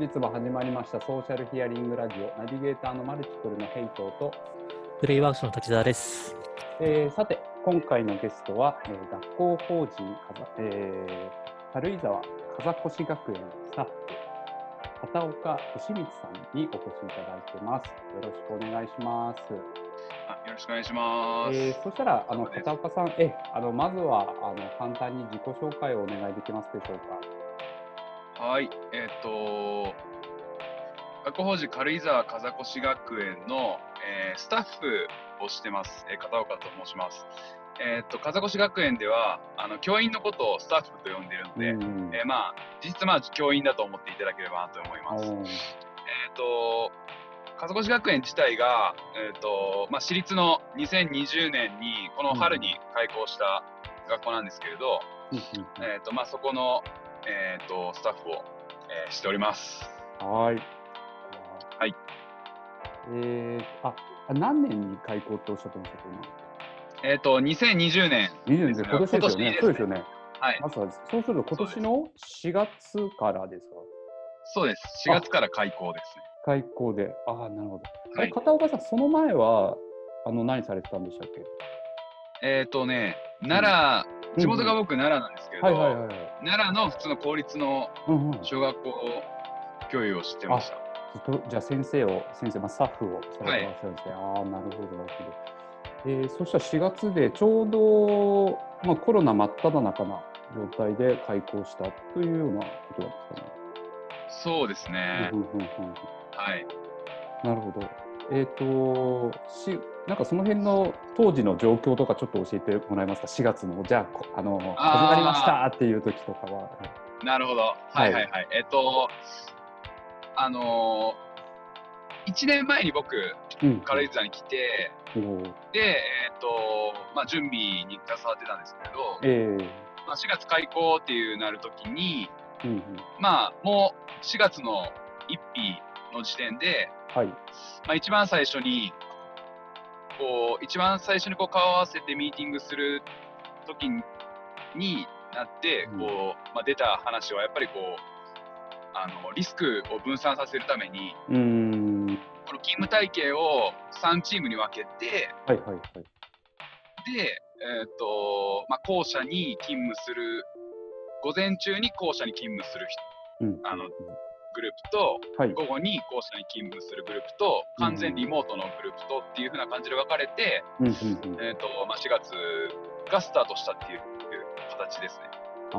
日も始まりましたソーシャルヒアリングラジオ、ナビゲーターのマルチプルのヘイトと、 プレイワークスの滝沢です。 さて今回のゲストは、学校法人軽井沢風越学園スタッフ片岡利光さんにお越しいただいてます。よろしくお願いします。 よろしくお願いします。 そしたら片岡さん、まずは簡単に自己紹介をお願いできますでしょうか。 はい、学校法人軽井沢風越学園の、スタッフをしてます、片岡と申します。風越学園では教員のことをスタッフと呼んでいるので、実質教員だと思っていただければなと思います。風越学園自体が、私立の2020年にこの春に開校した学校なんですけれど、そこの、スタッフを、しております。 はい。 はい。 何年に開校っておっしゃってましたか、 今？2020年ですね。 今年ですよね。そうですよね。 はい。 そうすると今年の4月からですか？ そうです。4月から開校ですね。 開校で。なるほど。 はい、 片岡さん、その前は何されてたんでしたっけ？ 奈良、地元が僕奈良なんですけれど、奈良の普通の公立の小学校教諭をしてました。 じゃあスタッフをされてらっしゃるんですね。なるほど、なるほど。そしたら4月でちょうど、コロナ真っ只中な状態で開校したというようなことなんですかね。 そうですね。はい。 なるほど。なんかその辺の当時の状況とかちょっと教えてもらえますか。4月のじゃあ始まりましたっていう時とかは。 なるほど。はい。1年前に僕、軽井沢に来て、で、準備に携わってたんですけれど、4月開校っていうなるときに、もう4月の1日の時点で、一番最初に顔を合わせてミーティングするときになって、出た話はやっぱりリスクを分散させるために、この勤務体系を3チームに分けて、で、校舎に勤務する、午前中に校舎に勤務するグループと、午後に校舎に勤務するグループと、完全リモートのグループとっていう風な感じで分かれて、4月がスタートしたっていう形ですね。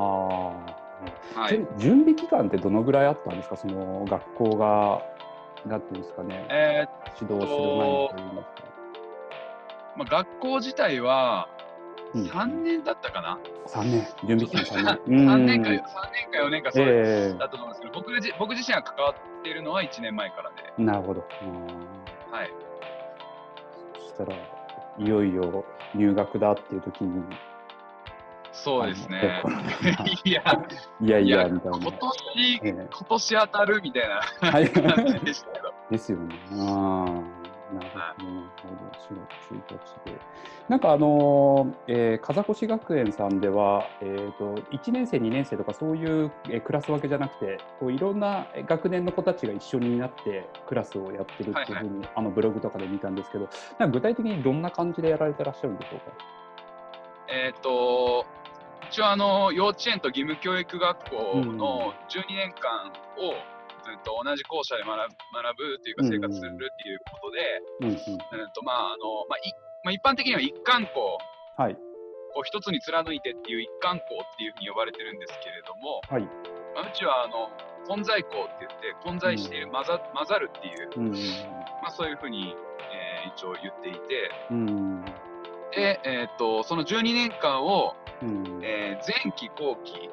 準備期間ってどのぐらいあったんですか？その学校がなんていうんですかね、指導する前にといいますか。 学校自体は3年だったかな。 3年、準備期間3年。 3年か4年かそうだったと思うんですけど、僕自身が関わっているのは1年前からで。 なるほど。 はい。 そしたらいよいよ入学だっていう時に。 そうですね。いやみたいな。 今年当たるみたいな感じでしたけど。 ですよね。なるほど。1日で。なんか風越学園さんでは、1年生、2年生とかそういうクラス分けじゃなくて、いろんな学年の子たちが一緒になってクラスをやってるっていうふうに、ブログとかで見たんですけど、なんか具体的にどんな感じでやられてらっしゃるんでしょうか。 一応幼稚園と義務教育学校の12年間を同じ校舎で学ぶというか生活するっていうことで、一般的には一貫校、一つに貫いてっていう一貫校っていうふうに呼ばれてるんですけれども、うちは混在校って言って混在している、混ざるっていう、そういうふうに、一応言っていて、で、その12年間を前期後期、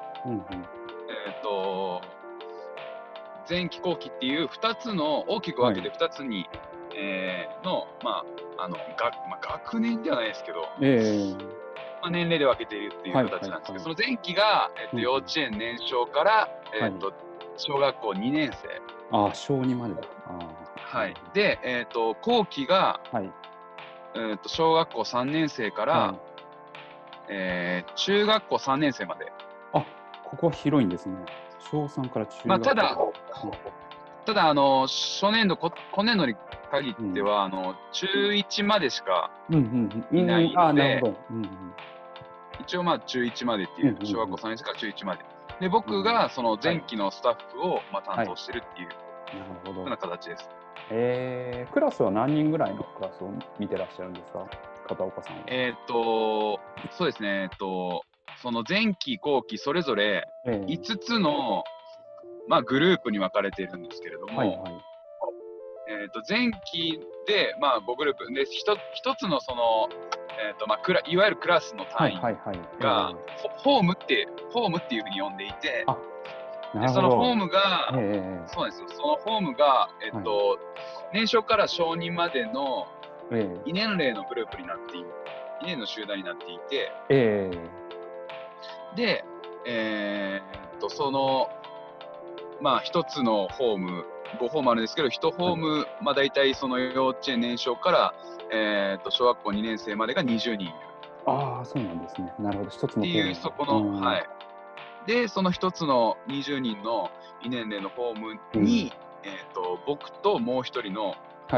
前期後期っていう2つの大きく分けて2つに、の学年ではないですけど、年齢で分けているっていう形なんですけど、その前期が、幼稚園年少から、小学校2年生。 小2までだ。 で、後期が、小学校3年生から、中学校3年生まで。 ここ広いんですね。 小3から中学校。 まあ、ただ初年度、今年度に限っては、中1までしかいないので、一応まあ中1までっていう、小学校3年生から中1まで。で、僕がその前期のスタッフをまあ担当してるっていうような形です。 クラスは何人ぐらいのクラスを見てらっしゃるんですか、片岡さんは。 そうですね、その前期後期それぞれ5つの、まあ、グループに分かれているんですけれども、前期で、まあ、5グループで 1つのその、まあ、いわゆるクラスの単位がホームっていうふうに呼んでいて、でそのホームが、そうですよ、そのホームが、年少から小2までの2年齢のグループになっている、2年の集団になっていて、で、その、まあ、一つのホーム、5ホームあるんですけど、1ホーム、まあ、大体その幼稚園年少から、小学校2年生までが20人いる。 ああ、そうなんですね。なるほど、一つのホーム。 っていう、そこの、はい。で、その一つの20人の2年齢のホームに、僕ともう一人の、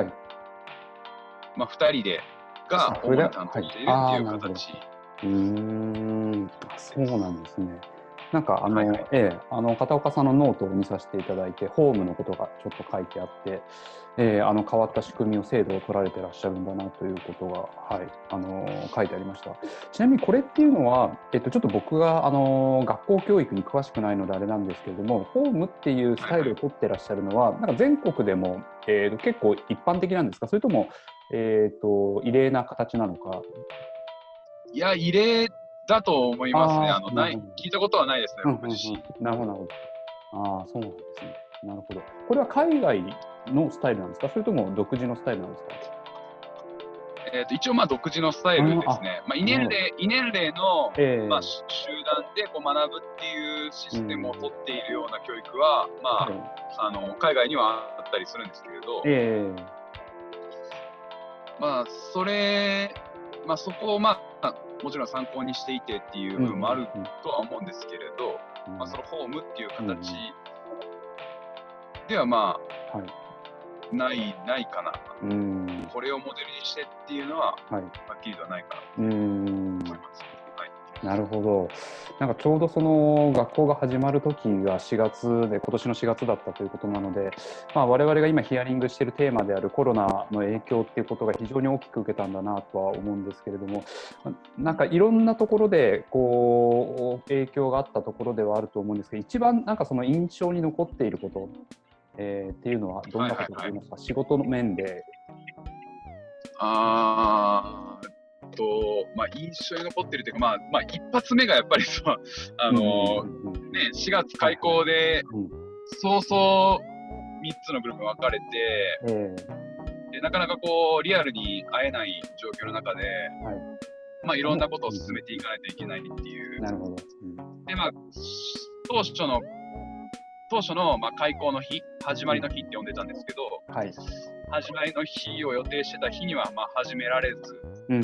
まあ、2人が主に担当しているっていう形。 そうなんですね。なんか片岡さんのノートを見させていただいて、ホームのことがちょっと書いてあって、変わった仕組みを制度を取られてらっしゃるんだなということが、書いてありました。ちなみにこれっていうのは、ちょっと僕が学校教育に詳しくないのであれなんですけれども、ホームっていうスタイルを取ってらっしゃるのは、なんか全国でも、結構一般的なんですか、それとも、異例な形なのか。 いや、異例だと思いますね。聞いたことはないですね、僕自身。 なるほど、なるほど。そうなんですね。なるほど。これは海外のスタイルなんですか、それとも独自のスタイルなんですか。 一応まあ独自のスタイルですね。まあ、異年齢の、まあ、集団でこう学ぶっていうシステムを取っているような教育は、まあ、海外にはあったりするんですけれど、まあそこをまあもちろん参考にしていてっていう部分もあるとは思うんですけれど、まあ、そのホームっていう形ではまあ、ないかな。これをモデルにしてっていうのは、はっきりとはないかなと思います。 なるほど。なんかちょうどその学校が始まる時が4月で、今年の4月だったということなので、まあ、我々が今ヒアリングしているテーマであるコロナの影響っていうことが非常に大きく受けたんだなとは思うんですけれども、なんかいろんなところでこう影響があったところではあると思うんですけど、一番なんかその印象に残っていること、っていうのはどんなことがありますか、仕事の面で。 まあ、印象に残ってるというか、まあ、一発目がやっぱりそう、4月開校で、早々3つのグループに分かれて、でなかなかこうリアルに会えない状況の中で、まあ、いろんなことを進めていかないといけないっていう。 なるほど。 で、まあ、当初のまあ開校の日、始まりの日って呼んでたんですけど、始まりの日を予定してた日にはまあ始められず、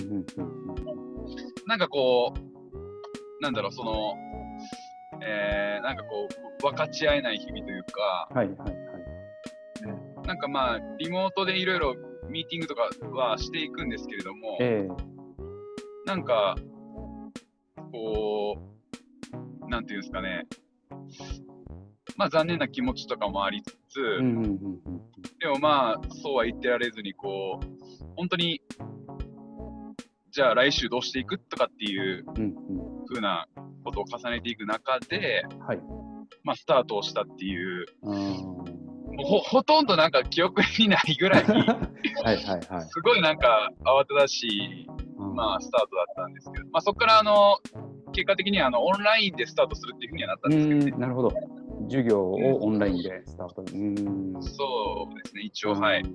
なんかこう、なんだろう、その、なんかこう、分かち合えない日々というか、なんかまあ、リモートでいろいろミーティングとかはしていくんですけれども、なんか、こう、なんていうんですかね、まあ残念な気持ちとかもありつつ、でもまあそうは言ってられずにこう本当にじゃあ来週どうしていくとかっていう風なことを重ねていく中で、まあスタートをしたっていう、もうほとんどなんか記憶にないぐらいすごいなんか慌ただしいまあスタートだったんですけど、まあそこから結果的にはオンラインでスタートするっていう風にはなったんですけどね。 なるほど。授業をオンラインでスタート。 そうですね、一応なる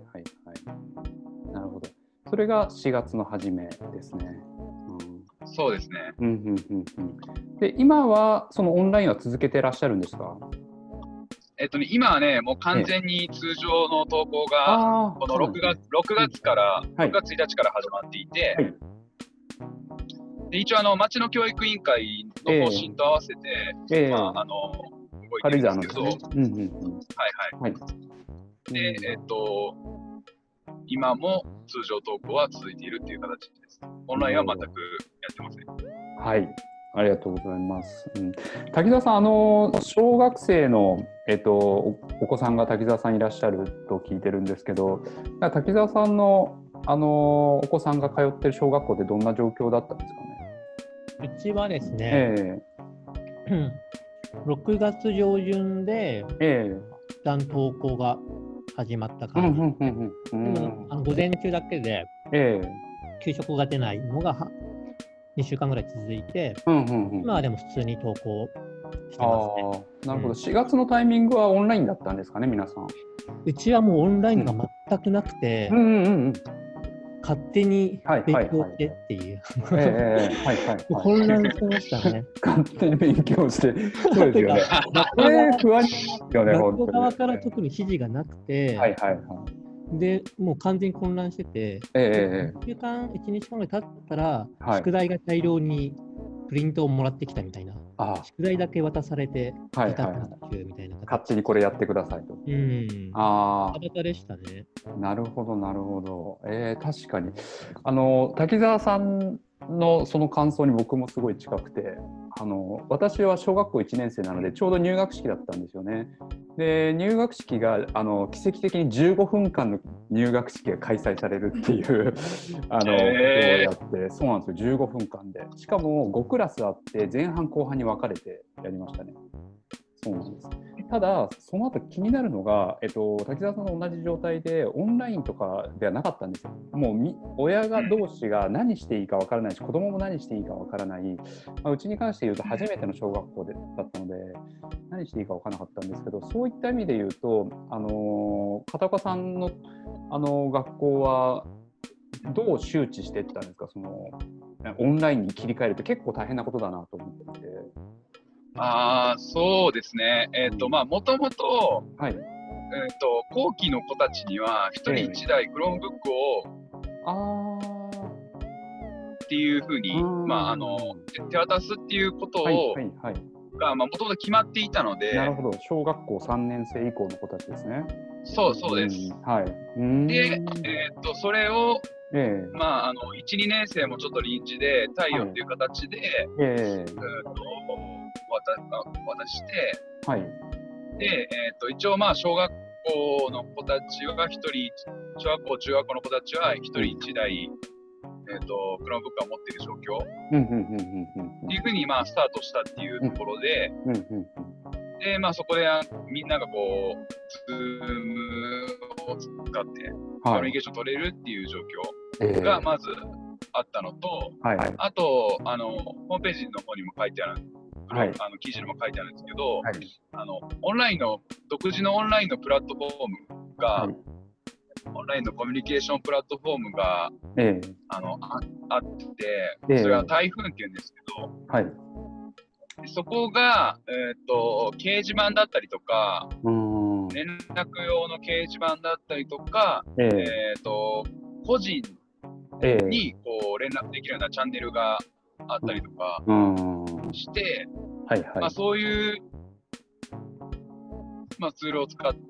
ほど。それが4月の初めですね。 そうですね。 で、今はそのオンラインは続けてらっしゃるんですか？ 今はね、もう完全に通常の投稿がこの6月から、6月1日から始まっていて、で一応町の教育委員会の方針と合わせて、まあ動いてるんですけど、はいはい。で、今も通常投稿は続いているっていう形です。オンラインは全くやってません。 はい、ありがとうございます。滝沢さん、小学生の、お子さんが滝沢さんいらっしゃると聞いてるんですけど、滝沢さんの、お子さんが通ってる小学校ってどんな状況だったんですかね。 うちはですね、6月上旬で、一旦登校が始まった感じ。午前中だけで、給食が出ないのが2週間ぐらい続いて、今はでも普通に登校してますね。 なるほど、4月のタイミングはオンラインだったんですかね、皆さん。 うちはもうオンラインが全くなくて、勝手に勉強してっていう。混乱してましたね。 勝手に勉強して。そうですよね。不安よね、 学校側から特に指示がなくて、で、もう完全に混乱してて、1週間、1日間ぐらい経ったら、宿題が大量にプリントをもらってきたみたいな。宿題だけ渡されて、みたいな。 勝手にこれやってくださいと。 バタバタでしたね。 なるほど、なるほど。確かに。滝沢さんのその感想に僕もすごい近くて、私は小学校1年生なのでちょうど入学式だったんですよね。で、入学式が奇跡的に15分間の入学式が開催されるっていうことをやって、そうなんですよ、15分間で。しかも5クラスあって前半後半に分かれてやりましたね。そうなんです。ただその後気になるのが、滝沢さんの同じ状態でオンラインとかではなかったんですよ。もう親が同士が何していいか分からないし、子供も何していいか分からない、うちに関して言うと初めての小学校だったので何していいか分からなかったんですけど、そういった意味で言うと、片岡さんの、学校はどう周知していったんですか。そのオンラインに切り替えるって結構大変なことだなと思っていて。 そうですね。もともと、後期の子たちには1人1台クロームブックをっていうふうに、手渡すっていうことをがもともと決まっていたので。 なるほど、小学校3年生以降の子たちですね。 そうです。で、それを1、2年生もちょっと臨時で貸与っていう形で、渡して、で、一応小学校の子たちは1人、小学校、中学校の子たちは1人1台、クロームブックを持っている状況っていうふうにスタートしたっていうところで、で、そこでみんながこう、Zoom を使ってコミュニケーション取れるっていう状況がまずあったのと、あと、ホームページの方にも書いてある、記事にも書いてあるんですけど、オンラインの、独自のオンラインのプラットフォームが、オンラインのコミュニケーションプラットフォームが、あって、それは台風っていうんですけど、そこが、掲示板だったりとか、連絡用の掲示板だったりとか、個人にこう連絡できるようなチャンネルがあったりとかして、そういう、ツールを使って、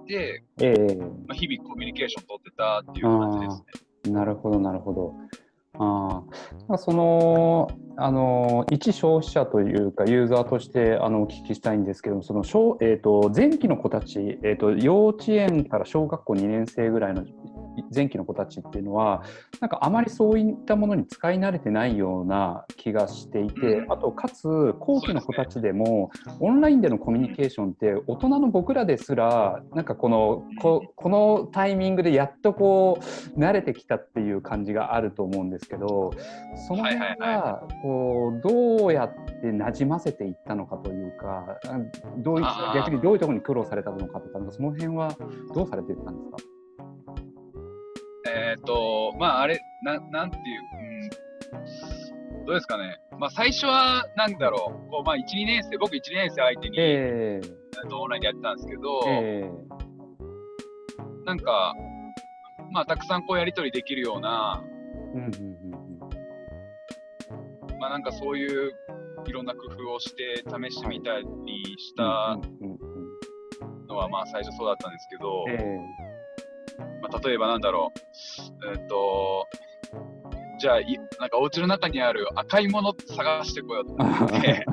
日々コミュニケーションを取ってたっていう感じですね。 なるほど、なるほど。その一消費者というかユーザーとしてお聞きしたいんですけども、その前期の子たち、幼稚園から小学校2年生ぐらいの前期の子たちっていうのはなんかあまりそういったものに使い慣れてないような気がしていて、あとかつ後期の子たちでもオンラインでのコミュニケーションって大人の僕らですらなんかこのタイミングでやっとこう慣れてきたっていう感じがあると思うんですけど、その辺はこうどうやって馴染ませていったのかというか、逆にどういうところに苦労されたのかとか、その辺はどうされていったんですか？ あれなんていう、どうですかね。最初はなんだろう、1、2年生、僕1、2年生相手に、オンラインでやってたんですけど、なんかたくさんこうやり取りできるような、なんかそういういろんな工夫をして試してみたりしたのはまあ最初そうだったんですけど、まあ、例えばなんだろう、じゃあなんかお家の中にある赤いもの探してこようと思って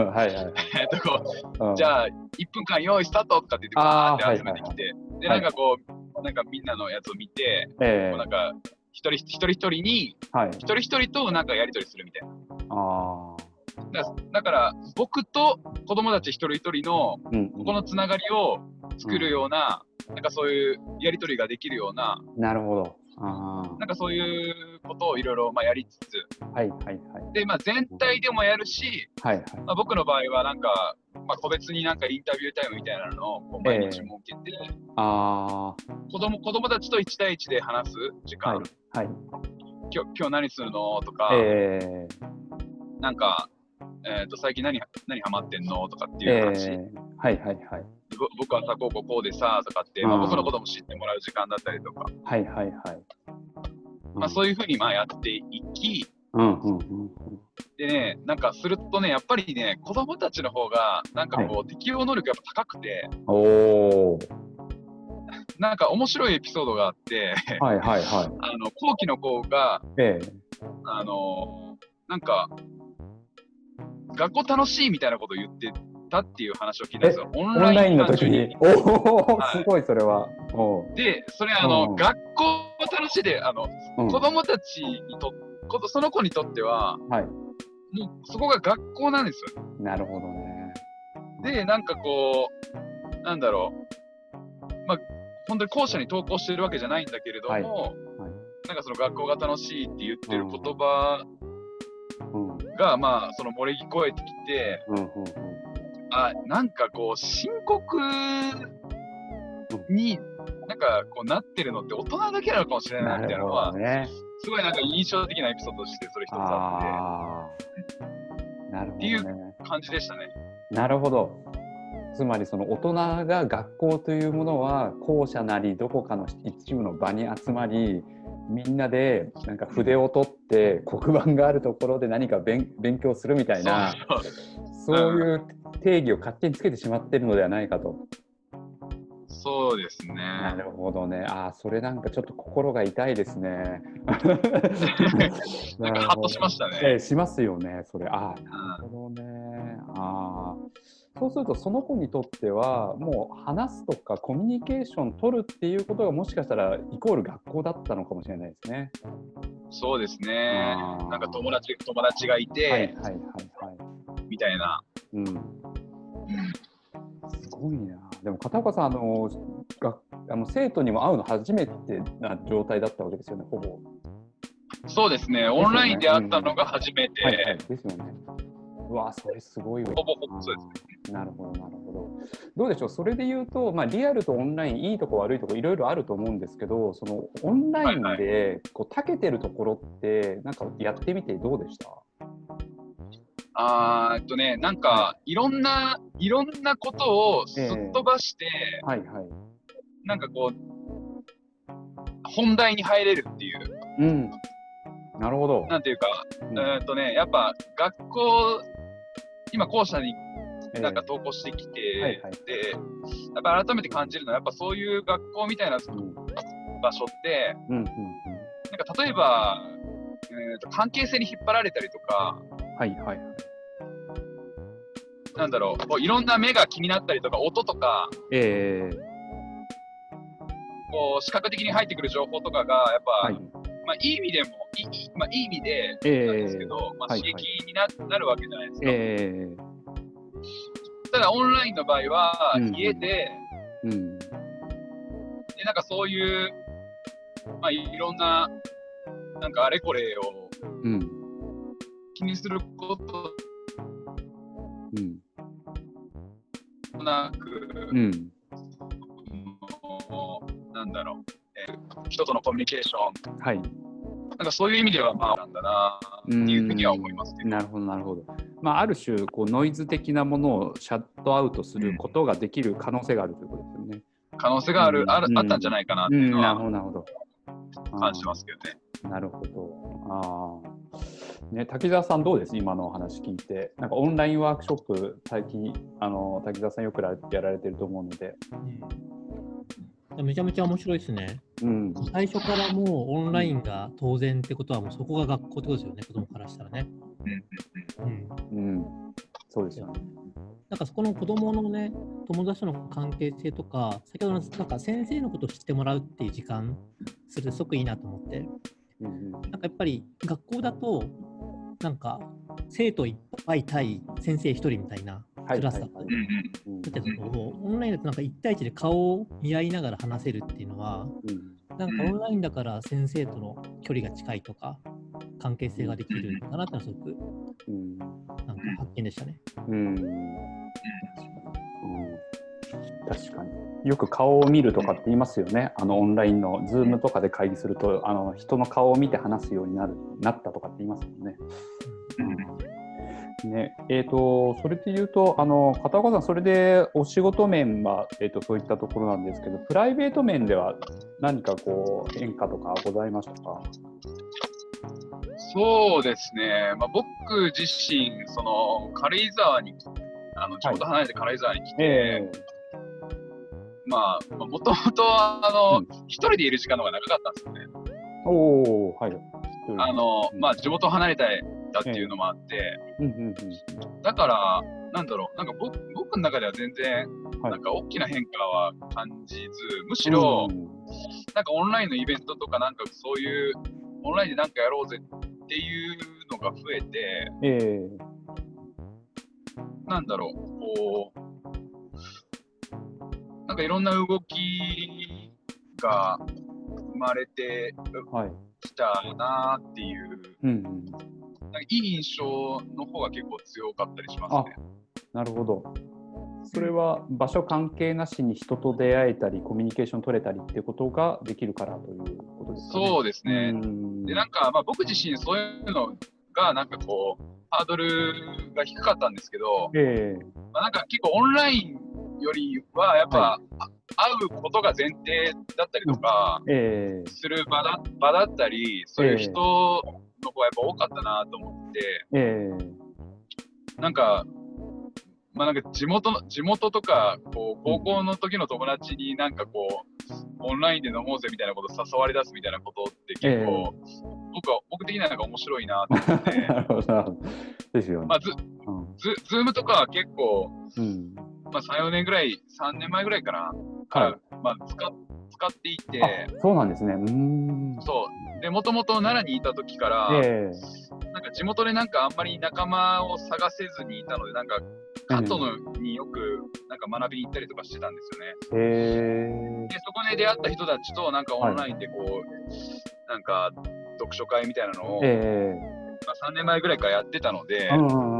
じゃあ1分間用意スタートとかって言ってバーって集めてきて、でなんかこうなんかみんなのやつを見て、こうなんか一人一人に、一人一人となんかやり取りするみたいな。だから僕と子供たち一人一人のここのつながりを作るような、なんかそういうやり取りができるような、 なるほど。 なんかそういうことをいろいろやりつつ、でまあ全体でもやるし、まあ、僕の場合はなんか、まあ、個別になんかインタビュータイムみたいなのをこう毎日設けて、子供たちと1対1で話す時間、今日何するのとか、なんか、最近何ハマってんのとかっていう話、僕はさこうでさとかって、まあ、僕のことも知ってもらう時間だったりとか、まあ、そういうふうにまあやっていき、でね、なんかするとね、やっぱりね、子供たちの方がなんかこう、適応能力がやっぱ高くて、なんか面白いエピソードがあって後期の子が、なんか学校楽しいみたいなことを言ってたっていう話を聞いたんですよ。オンラインの時に。 すごいそれは。 で、それ学校楽しいで、子供たちにその子にとっては、もうそこが学校なんですよ。 なるほどね。 で、なんかこう、なんだろう、まあ本当に校舎に登校してるわけじゃないんだけれども、なんかその学校が楽しいって言ってる言葉が、まあその漏れ聞こえてきて、なんかこう深刻になんかこうなってるのって大人だけなのかもしれないみたいなのは、すごいなんか印象的なエピソードとしてそれ一つあって、っていう感じでしたね。 なるほど。つまりその大人が学校というものは校舎なりどこかの一部の場に集まり、みんなでなんか筆を取って黒板があるところで何か勉強するみたいな、そういう定義を勝手につけてしまっているのではないかと。 そうですね。 なるほどね。それなんかちょっと心が痛いですね。 なんかハッとしましたね。 しますよね、それ。なるほどね。そうするとその子にとってはもう話すとかコミュニケーション取るっていうことがもしかしたらイコール学校だったのかもしれないですね。 そうですね。なんか友達がいて、みたいな。 すごいな。でも片岡さん生徒にも会うの初めてな状態だったわけですよね、ほぼ。 そうですね。オンラインで会ったのが初めて。 ですよね。うわ、それすごいわ。 ほぼそうですね。 なるほど。どうでしょう、それで言うと、リアルとオンライン、いいとこ悪いとこいろいろあると思うんですけど、そのオンラインでこう長けてるところってなんかやってみてどうでした？ なんかいろんなことをすっ飛ばして、なんかこう本題に入れるっていう。 なるほど。 なんていうか、やっぱ学校今校舎になんか登校してきて、でやっぱ改めて感じるのはやっぱそういう学校みたいな場所って、なんか例えば、関係性に引っ張られたりとか、なんだろう、こういろんな目が気になったりとか、音とか、こう視覚的に入ってくる情報とかがやっぱ、まあいい意味でもいい意味でなんですけど、刺激になるわけじゃないですか。ただオンラインの場合は家で、なんかそういう、いろんななんかあれこれを気にすることなく、なんだろう、人とのコミュニケーション、なんかそういう意味ではなんだなっていうふうには思いますね。 なるほど。ある種こうノイズ的なものをシャットアウトすることができる可能性があるということですよね。 可能性があったんじゃないかなっていうのはなるほど感じますけどね。 なるほど。 ね、滝沢さんどうです？今のお話聞いて。なんかオンラインワークショップ、最近滝沢さんよくやられてると思うので。 めちゃめちゃ面白いですね。最初からもうオンラインが当然ってことは、もうそこが学校ってことですよね、子供からしたらね。 そうですよね。 なんかそこの子供のね、友達との関係性とか、先ほどのなんか先生のことを知ってもらうっていう時間、それすごくいいなと思って。なんかやっぱり学校だと、なんか生徒いっぱい対先生一人みたいなクラスだったり、オンラインだとなんか1対1で顔を見合いながら話せるっていうのは、なんかオンラインだから先生との距離が近いとか、関係性ができるのかなってのはすごく、なんか発見でしたね。 確かに。よく顔を見るとかって言いますよね。オンラインの Zoom とかで会議すると人の顔を見て話すようになったとかって言いますもんね。それで言うと片岡さん、それでお仕事面は、そういったところなんですけど、プライベート面では何かこう変化とかございましたか？ そうですね、僕自身軽井沢に地元離れて軽井沢に来て、もともと一人でいる時間の方が長かったんですよね。地元離れたっていうのもあって、だからなんか僕の中では全然なんか大きな変化は感じず、むしろなんかオンラインのイベントとかなんかそういうオンラインでなんかやろうぜっていうのが増えて、なんかいろんな動きが生まれてきたなっていう、なんかいい印象の方が結構強かったりしますね。 なるほど。それは場所関係なしに人と出会えたりコミュニケーション取れたりっていうことができるからということですかね。 そうですね。でなんか僕自身そういうのがなんかこうハードルが低かったんですけど、なんか結構オンラインよりはやっぱ、会うことが前提だったりとかする場だったり、そういう人の方がやっぱ多かったなと思って、なんか地元とかこう高校の時の友達になんかこうオンラインで飲もうぜみたいなこと誘われ出すみたいなことって結構、僕的にはなんか面白いなと思って。 なるほどですよね。 ズームとかは結構、3、4年ぐらい、3年前ぐらいかな、から使っていて。 そうなんですね。 そうで、もともと奈良にいた時から、なんか地元でなんかあんまり仲間を探せずにいたので、なんか関東によくなんか学びに行ったりとかしてたんですよね。でそこで出会った人たちとなんかオンラインでこう、なんか読書会みたいなのを、3年前ぐらいからやってたので、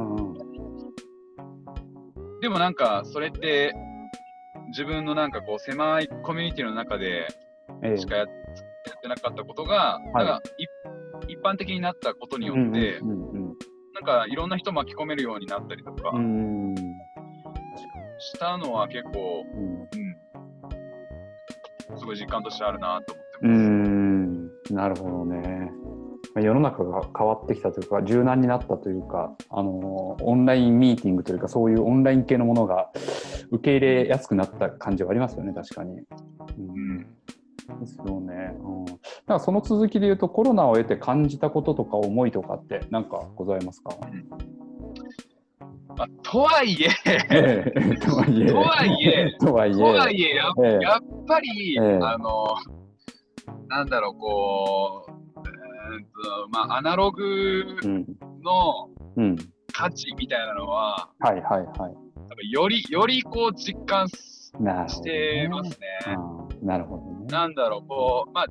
でもなんかそれって自分のなんかこう狭いコミュニティの中でしかやってなかったことが、なんか一般的になったことによって、なんかいろんな人巻き込めるようになったりとかしたのは結構、すごい実感としてあるなと思ってます。 なるほどね。世の中が変わってきたというか柔軟になったというか、オンラインミーティングというかそういうオンライン系のものが受け入れやすくなった感じはありますよね、確かに。ですよね。だからその続きで言うと、コロナを得て感じたこととか思いとかって何かございますか？ とはいえやっぱり、なんだろう、こうアナログの価値みたいなのは、よりこう実感してますね。 なるほどね。 なんだろう、こう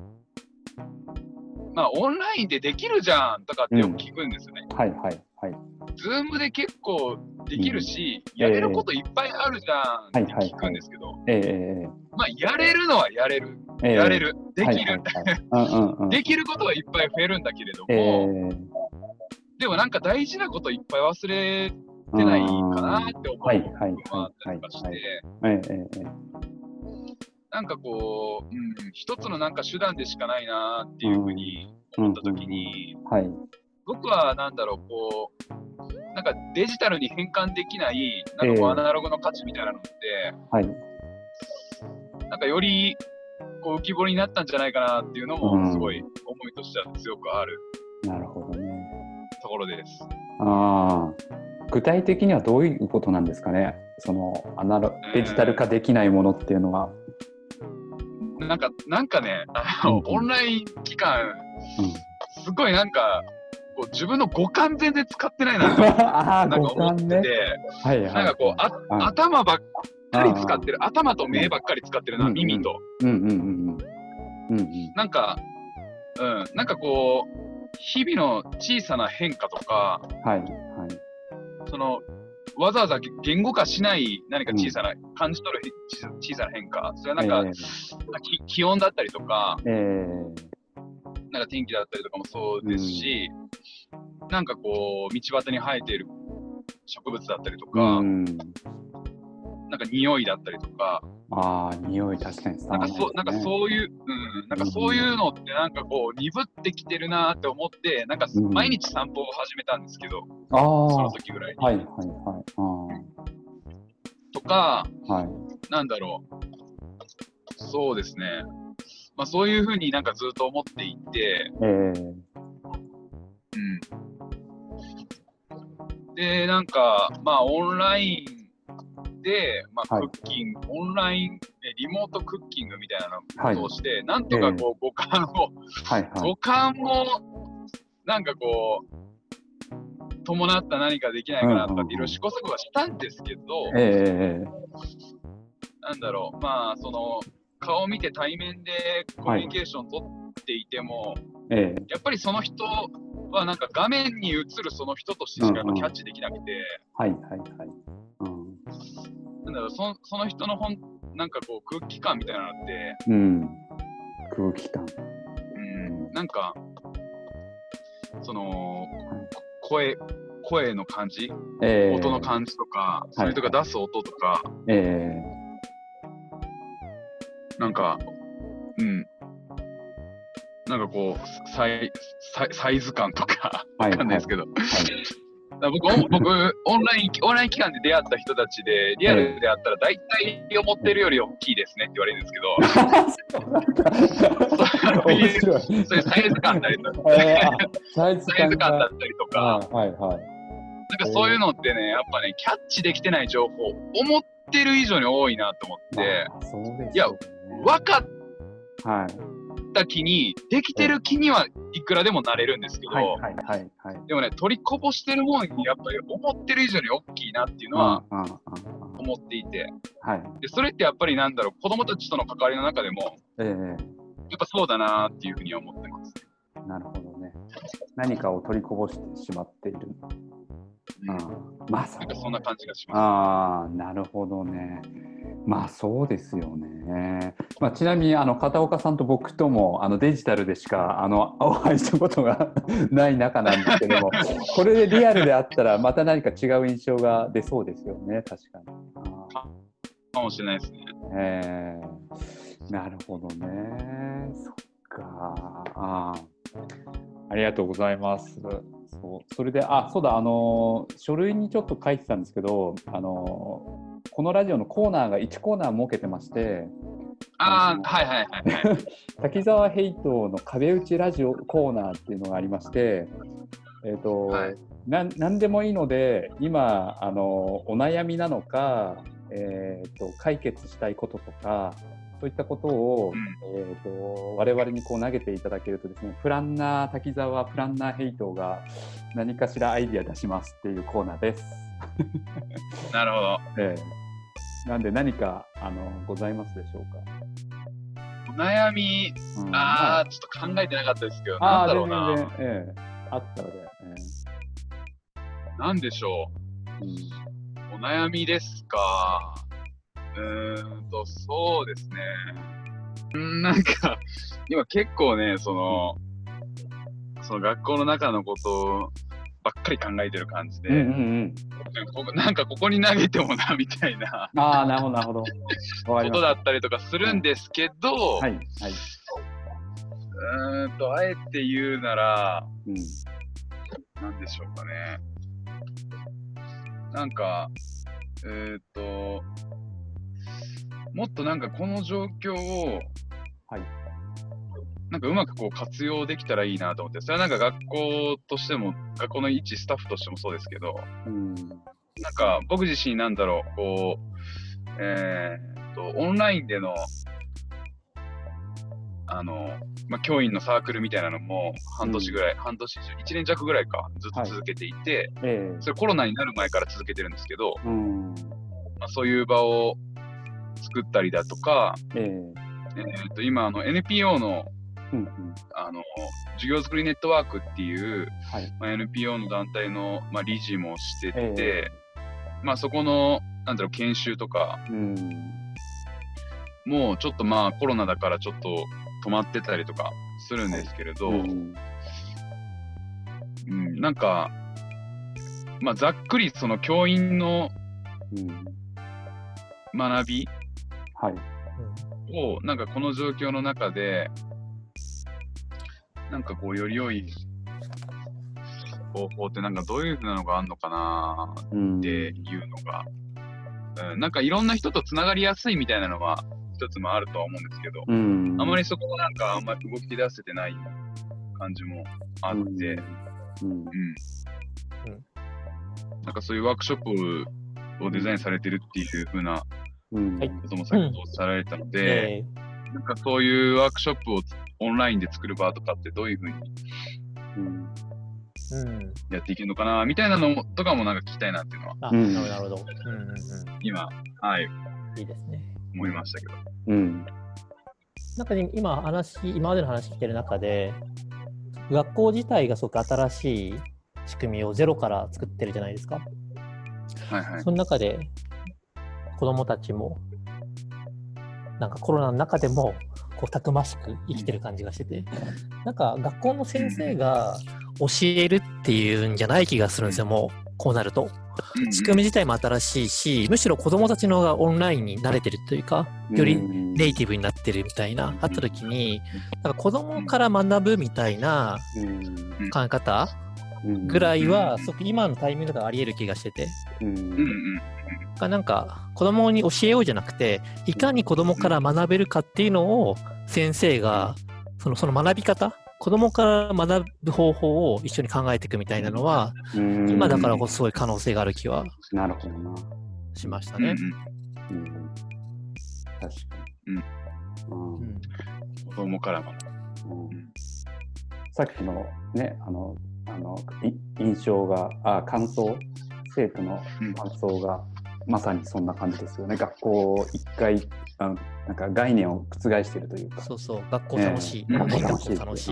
オンラインでできるじゃんとかってよく聞くんですよね。Zoom で結構できるし、やれることいっぱいあるじゃんって聞くんですけど、やれるのはやれる。できる。できることはいっぱい増えるんだけれども、でもなんか大事なこといっぱい忘れてないかなって思うのがあったりとかして、なんかこう、一つのなんか手段でしかないなっていうふうに思ったときに、 僕はなんだろう、こう、なんかデジタルに変換できない、なんかこうアナログの価値みたいなのって、なんかよりこう浮き彫りになったんじゃないかなっていうのも、すごい思いとしては強くある。 なるほどね。 ところです。 具体的にはどういうことなんですかね、そのデジタル化できないものっていうのは。 なんかね、オンライン機関、すごいなんかこう自分の五感全然使ってないなとなんか思ってて、なんかこう頭ばっかり使ってる、頭と目ばっかり使ってるな、耳と。なんかこう日々の小さな変化とか、そのわざわざ言語化しない何か小さな、感じ取る小さな変化、それはなんか、気温だったりとか、なんか天気だったりとかもそうですし、なんかこう道端に生えている植物だったりとか、なんか匂いだったりとか、 匂い確かに伝わらないですね。 なんかそういう、なんかそういうのってなんかこう鈍ってきてるなって思って、なんか毎日散歩を始めたんですけど、その時ぐらいに。とか、なんだろう、そうですね。まあそういうふうになんかずっと思っていて、で、なんか、まあオンラインで、まあ、クッキング、オンライン、リモートクッキングみたいなのを通して、なんとかこう、五感を、なんかこう、伴った何かできないかなとかっていろいろ試行錯誤はしたんですけど、なんだろう、まあ、その、顔を見て対面でコミュニケーションを取っていても、やっぱりその人はなんか画面に映るその人としてしかやっぱキャッチできなくて、なんだろう、その人のなんかこう空気感みたいなのって、 空気感、 なんかその声の感じ、音の感じとか、それとか出す音とか、なんかなんかこうサイズ感とかわかんないですけど。僕オンライン期間で出会った人たちでリアルであったら大体思ってるより大きいですねって言われるんですけど、そういうサイズ感だったりとか、サイズ感だったりとか、なんかそういうのってね、やっぱね、キャッチできてない情報、思ってる以上に多いなと思って、いや、分かった気に、できてる気にはいくらでもなれるんですけど、でもね、取りこぼしてるものにやっぱり思ってる以上に大きいなっていうのは思っていて、でそれってやっぱりなんだろう、子供たちとの関わりの中でも、やっぱそうだなっていうふうには思ってます。 なるほどね。何かを取りこぼしてしまっている。まさに。 なんかそんな感じがします。 なるほどね。まあそうですよね。まあ、ちなみに片岡さんと僕ともデジタルでしかお会いしたことがない仲なんですけども、これでリアルであったらまた何か違う印象が出そうですよね。確かに。 かもしれないですね。なるほどね。そっか。ありがとうございます。それでそうだ、書類にちょっと書いてたんですけど、このラジオのコーナーが1コーナー設けてまして、滝沢ヘイトの壁打ちラジオコーナーっていうのがありまして、何でもいいので、今お悩みなのか、解決したいこととか、そういったことを、我々にこう投げていただけるとですね、滝沢プランナーヘイトが何かしらアイディア出しますっていうコーナーです。 なるほど。 なんで何かございますでしょうか。 お悩み、ちょっと考えてなかったですけど、なんだろうな。 あったらで、 なんでしょう。お悩みですか。そうですね。なんか今結構ね、その学校の中のことばっかり考えてる感じで、なんかここに投げてもなみたいななるほどことだったりとかするんですけど、あえて言うなら、 なんでしょうかね。なんか、もっとなんかこの状況を、 はい、 なんかうまくこう活用できたらいいなと思って、それはなんか学校としても、学校の一スタッフとしてもそうですけど、なんか僕自身なんだろう、こう、オンラインでの、教員のサークルみたいなのも半年ぐらい、1年弱ぐらいか、ずっと続けていて、それコロナになる前から続けてるんですけど、そういう場を作ったりだとか、今NPO の、授業作りネットワークっていう、NPO の団体の、理事もしてて、そこのなんだろう研修とか、もうちょっとコロナだからちょっと止まってたりとかするんですけれど、なんか、ざっくりその教員の学びをなんかこの状況の中でなんかこうより良い方法ってなんかどういう風なのがあるのかなっていうのが、なんかいろんな人とつながりやすいみたいなのは一つもあるとは思うんですけど、あまりそこもなんかあんまり動き出せてない感じもあって、なんかそういうワークショップをデザインされてるっていう風なことも先ほどおっしゃられたので、なんかそういうワークショップをオンラインで作る場とかってどういう風にやっていけるのかなみたいなのとかもなんか聞きたいなっていうのは、 なるほど。 今、 いいですね。 思いましたけど。 なんか今までの話聞いてる中で、学校自体がすごく新しい仕組みをゼロから作ってるじゃないですか。その中で子どもたちもなんかコロナの中でもこうたくましく生きてる感じがしてて、なんか学校の先生が教えるっていうんじゃない気がするんですよ。もうこうなると仕組み自体も新しいし、むしろ子どもたちの方がオンラインに慣れてるというか、よりネイティブになってるみたいなあった時に、なんか子どもから学ぶみたいな考え方ぐらいはすごく今のタイミングではあり得る気がしてて、なんか子どもに教えようじゃなくて、いかに子どもから学べるかっていうのを先生がその学び方、子どもから学ぶ方法を一緒に考えていくみたいなのは、今だからこそすごい可能性がある気はしましたね。 確かに。 子どもから学ぶ。 さっきのね、印象が、感想、生徒の感想がまさにそんな感じですよね。学校一回なんか概念を覆しているというか。 そうそう、学校楽しい。学校楽しいみたいな。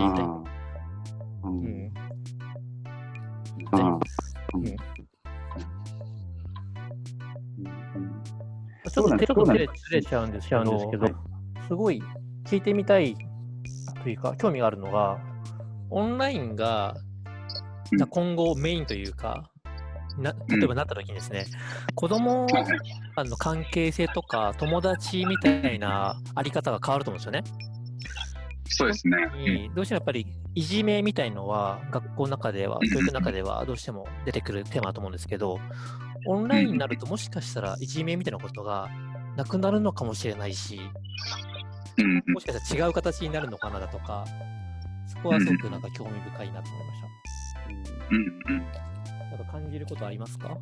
ちょっと手とずれちゃうんですけど、すごい聞いてみたいというか、興味があるのが、オンラインが今後メインというか、例えばなった時にですね、子供の関係性とか友達みたいなあり方が変わると思うんですよね。 そうですね。 どうしてもやっぱりいじめみたいのは学校の中では、教育の中ではどうしても出てくるテーマだと思うんですけど、オンラインになるともしかしたらいじめみたいなことがなくなるのかもしれないし、もしかしたら違う形になるのかなだとか、そこはすごくなんか興味深いなと思いました。なんか感じることありますか？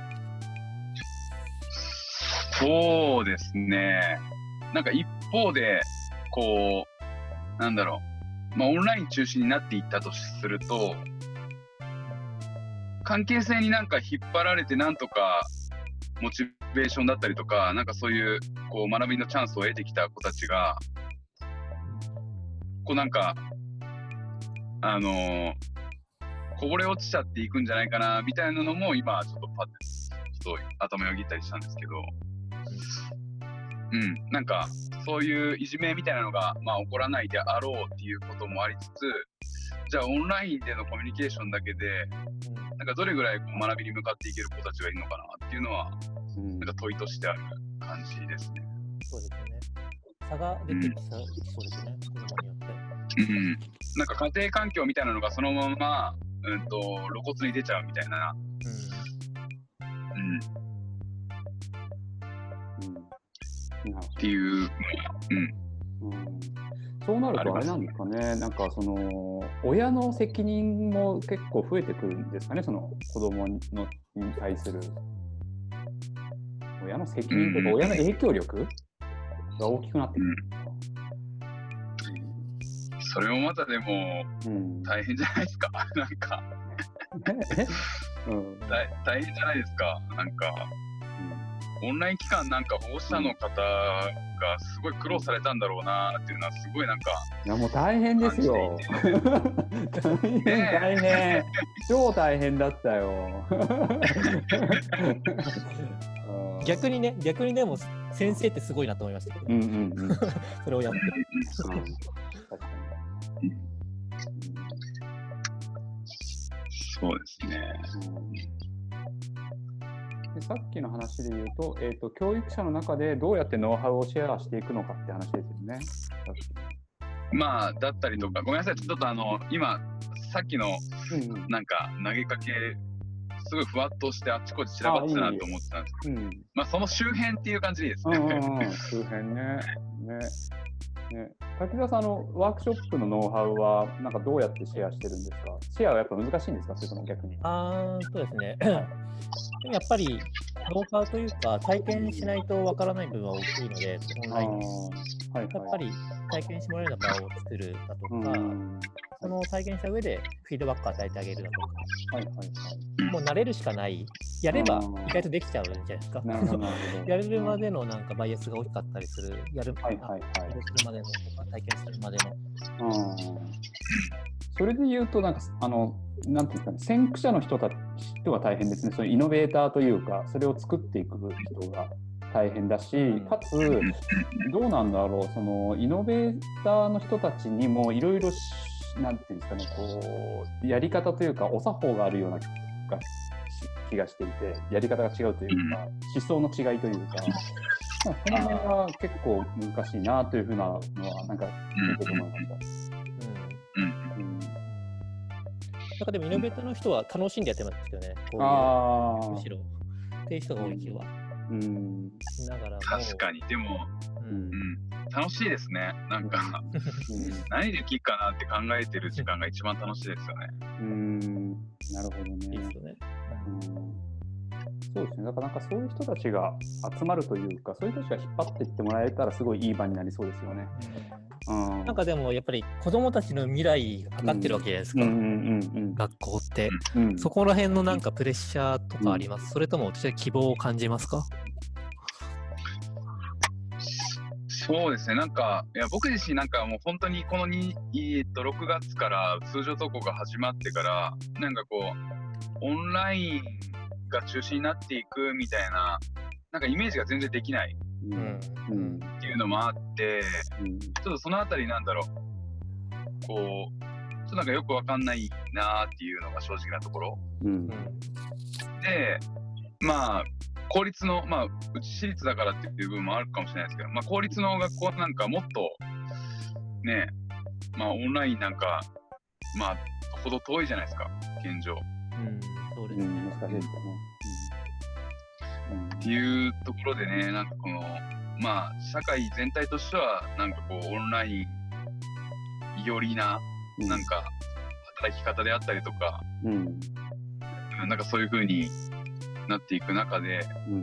そうですね。なんか一方で、こう、なんだろう、オンライン中心になっていったとすると、関係性になんか引っ張られてなんとかモチベーションだったりとか、なんかそういうこう学びのチャンスを得てきた子たちが、こうなんか、こぼれ落ちちゃっていくんじゃないかなみたいなのも今ちょっとパッてちょっと頭よぎったりしたんですけど、なんかそういういじめみたいなのが起こらないであろうっていうこともありつつ、じゃあオンラインでのコミュニケーションだけでなんかどれぐらい学びに向かっていける子たちがいるのかなっていうのはなんか問いとしてある感じですね。 そうですね。差が出てきそうですね、子供によって。 なんか家庭環境みたいなのがそのまま露骨に出ちゃうみたいな。っていう、 そうなるとあれなんですかね、なんかその親の責任も結構増えてくるんですかね、その子供に対する親の責任とか親の影響力が大きくなってくる。 それもまたでも大変じゃないですか、なんか大変じゃないですか、なんか。オンライン期間なんか保護者の方がすごい苦労されたんだろうなっていうのはすごいなんか。 いやもう大変ですよ。大変、超大変だったよ。 逆にでも先生ってすごいなと思いましたけど、それをやってる。 そうですね。 でさっきの話で言うと、教育者の中でどうやってノウハウをシェアしていくのかって話ですよね。 まあだったりとか、ごめんなさい、ちょっと今さっきのなんか投げかけすごいふわっとしてあっちこっち散らばってたなと思ってたんですけど、まあその周辺っていう感じでいいですね。 周辺ね。滝沢さん、ワークショップのノウハウはなんかどうやってシェアしてるんですか？シェアはやっぱ難しいんですか？それとも逆に。 そうですね。やっぱりノウハウというか体験しないとわからない部分は大きいので、オンラインでやっぱり体験してもらえる場を作るだとか、その体験した上でフィードバックを与えてあげるだとか、もう慣れるしかない。やれば意外とできちゃうじゃないですか。やるまでのなんかバイアスが大きかったりする、するまでのとか体験するまでの。 それで言うとなんかなんていうんですかね、先駆者の人たちは大変ですね。そのイノベーターというか、それを作っていく人が大変だし、かつどうなんだろう、そのイノベーターの人たちにもいろいろなんていうんですかね、こうやり方というかお作法があるような気がしていて、やり方が違うというか、思想の違いというか、この辺は結構難しいなというふうなのはなんか聞いてて思いました。 なんかでもイノベーターの人は楽しんでやってますよね。こういうむしろっていう人が多い気は。だから確かにでも、楽しいですね。なんか何できるかなって考えてる時間が一番楽しいですよね。 なるほどね。 いいですよね。 そうですね。だからなんかそういう人たちが集まるというか、そういう人たちが引っ張っていってもらえたらすごいいい場になりそうですよね。 なんかでもやっぱり子どもたちの未来がかかってるわけじゃないですか、学校って、そこら辺のなんかプレッシャーとかあります？それとも私は希望を感じますか？ そうですね、なんかいや僕自身なんかもう本当にこの6月から通常登校が始まってからなんかこうオンラインが中心になっていくみたいななんかイメージが全然できないっていうのもあって、ちょっとそのあたりなんだろう、こうちょっとなんかよくわかんないなっていうのが正直なところ、でまあ公立のうち私立だからっていう部分もあるかもしれないですけど、公立の学校なんかもっとねオンラインなんかほど遠いじゃないですか現状。 そうですね。 難しいですよね。 っていうところでね、なんかこの社会全体としてはなんかこうオンラインよりななんか働き方であったりとか、なんかそういう風になっていく中で、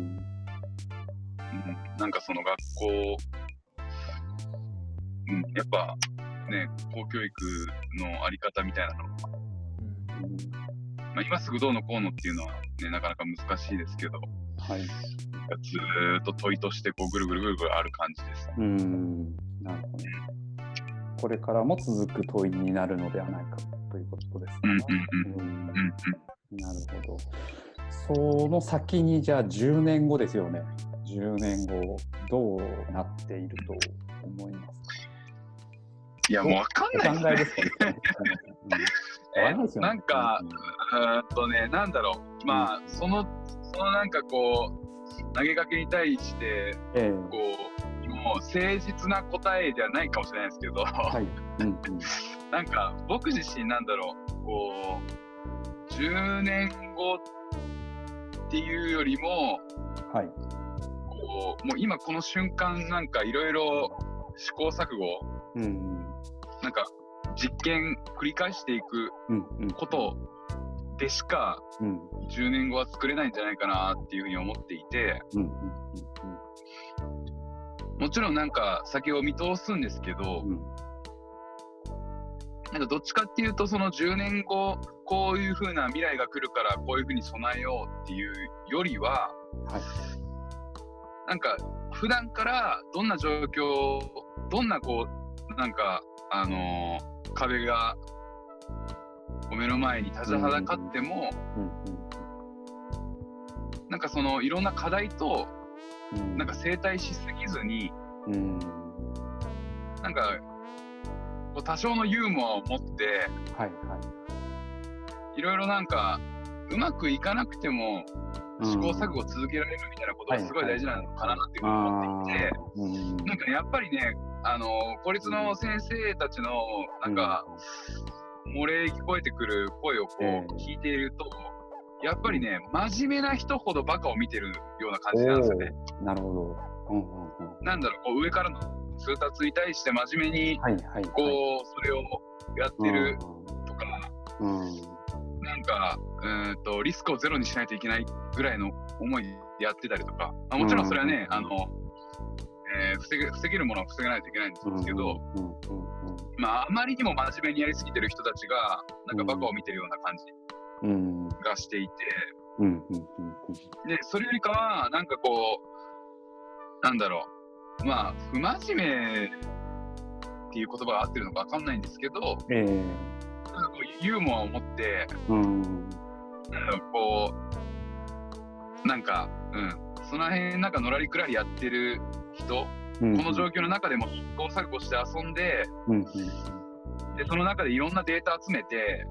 なんかその学校、やっぱね公教育のあり方みたいなのが、今すぐどうのこうのっていうのはねなかなか難しいですけど。ずーっと問いとしてこうぐるぐるある感じです。 なるほど。これからも続く問いになるのではないかということですね。なるほど。その先にじゃあ10年後ですよね。10年後どうなっていると思いますか？ いやもう分かんないですね。なんかなんだろう、そのなんかこう投げかけに対して、こうもう誠実な答えじゃないかもしれないですけど、なんか僕自身なんだろう、こ 10年後っていうよりも、 はい、 こうもう今この瞬間なんかいろいろ試行錯誤、なんか実験繰り返していくことでしか10年後は作れないんじゃないかなっていうふうに思っていて、もちろんなんか先を見通すんですけど、なんかどっちかっていうとその10年後こういう風な未来が来るからこういう風に備えようっていうよりは、なんか普段からどんな状況、どんなこうなんか壁が目の前に立ちはだかっても、なんかそのいろんな課題となんか正対しすぎずに、なんかこう多少のユーモアを持って、いろいろなんかうまくいかなくても試行錯誤を続けられるみたいなことがすごい大事なのかなっていうふうに思っていて、なんかやっぱりね、公立の先生たちのなんか漏れ聞こえてくる声をこう聞いていると、やっぱりね、真面目な人ほどバカを見てるような感じなんですよね。 なるほど。 なんだろう、こう上からの通達に対して真面目にこうそれをやってるとか、なんかリスクをゼロにしないといけないぐらいの思いでやってたりとか、もちろんそれはね、防げるものは防げないといけないんですけど、あまりにも真面目にやりすぎてる人たちがなんかバカを見てるような感じがしていて、でそれよりかはなんかこうなんだろう、不真面目っていう言葉が合ってるのか分かんないんですけど、なんかこうユーモアを持って、こうなんか、その辺なんかのらりくらりやってる人、この状況の中でも試行錯誤して遊んで、でその中でいろんなデータ集めて、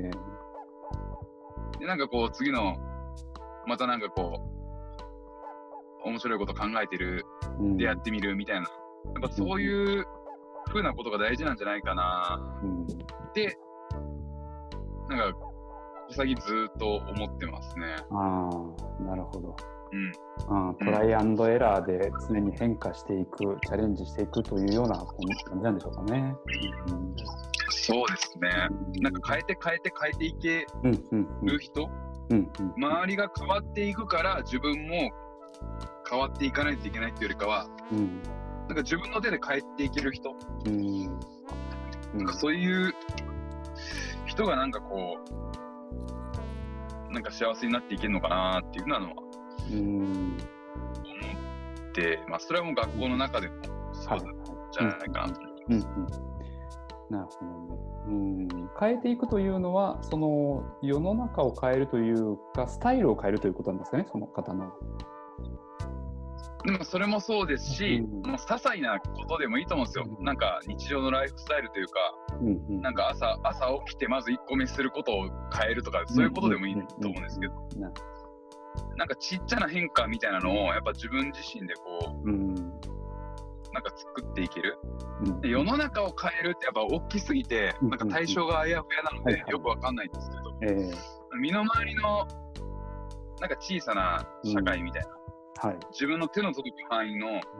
でなんかこう次のまたなんかこう面白いこと考えてるでやってみるみたいな、やっぱそういう風なことが大事なんじゃないかなってなんか小先ずっと思ってますね。 なるほど。トライアンドエラーで常に変化していく、チャレンジしていくというような感じなんでしょうかね。 そうですね。なんか変えていける人、周りが変わっていくから自分も変わっていかないといけないっていうよりかは、なんか自分の手で変えていける人、なんかそういう人がなんかこうなんか幸せになっていけるのかなっていうふうなのは思って、それはもう学校の中でもそうじゃないかなと思います。 なるほどね。変えていくというのは、その世の中を変えるというか、スタイルを変えるということなんですかね、その方の。 でもそれもそうですし、もう些細なことでもいいと思うんですよ。なんか日常のライフスタイルというか、なんか朝起きてまず1個目することを変えるとか、そういうことでもいいと思うんですけど、なんかちっちゃな変化みたいなのをやっぱ自分自身でこう、なんか作っていける、で世の中を変えるってやっぱ大きすぎて、なんか対象があやふやなのでよくわかんないんですけど、身の回りのなんか小さな社会みたいな、自分の手の届く範囲の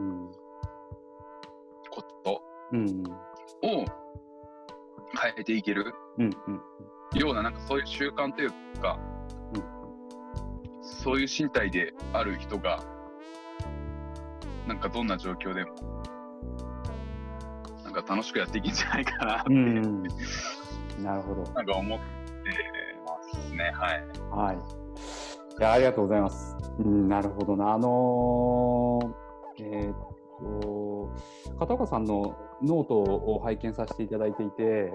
ことを変えていけるような、なんかそういう習慣というか、そういう身体である人がなんかどんな状況でもなんか楽しくやっていけんじゃないかなって、 なるほど。 なんか思ってますね。 いや、ありがとうございます。なるほどな。片岡さんのノートを拝見させていただいていて、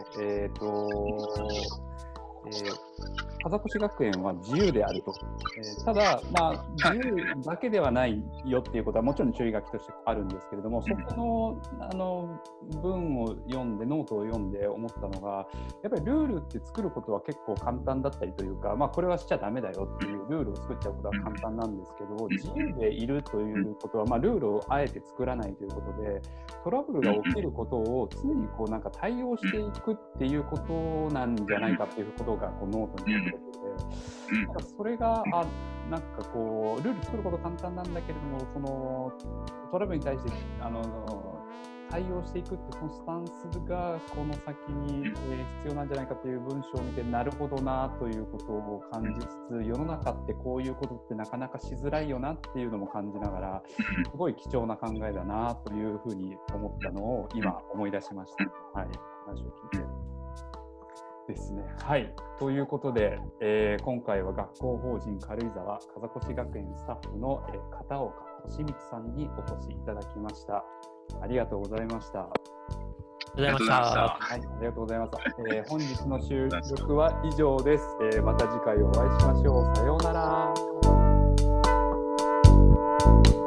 風越学園は自由であると、ただ、自由だけではないよっていうことはもちろん注意書きとしてあるんですけれども、そこの文を読んで、ノートを読んで思ったのが、やっぱりルールって作ることは結構簡単だったりというか、これはしちゃダメだよっていうルールを作っちゃうことは簡単なんですけど、自由でいるということは、ルールをあえて作らないということで、トラブルが起きることを常にこうなんか対応していくっていうことなんじゃないかっていうことことがこうノートに書いてて、それがなんかこうルール作ること簡単なんだけれども、そのトラブルに対して対応していくってそのスタンスがこの先に必要なんじゃないかという文章を見て、なるほどなということを感じつつ、世の中ってこういうことってなかなかしづらいよなっていうのも感じながら、すごい貴重な考えだなというふうに思ったのを今思い出しました。はい、話を聞いてですね。はい、ということで、今回は学校法人軽井沢風越学園スタッフの、片岡俊光さんにお越しいただきました。ありがとうございました。 ありがとうございました。 はい、ありがとうございました。本日の収録は以上です。また次回お会いしましょう。さようなら。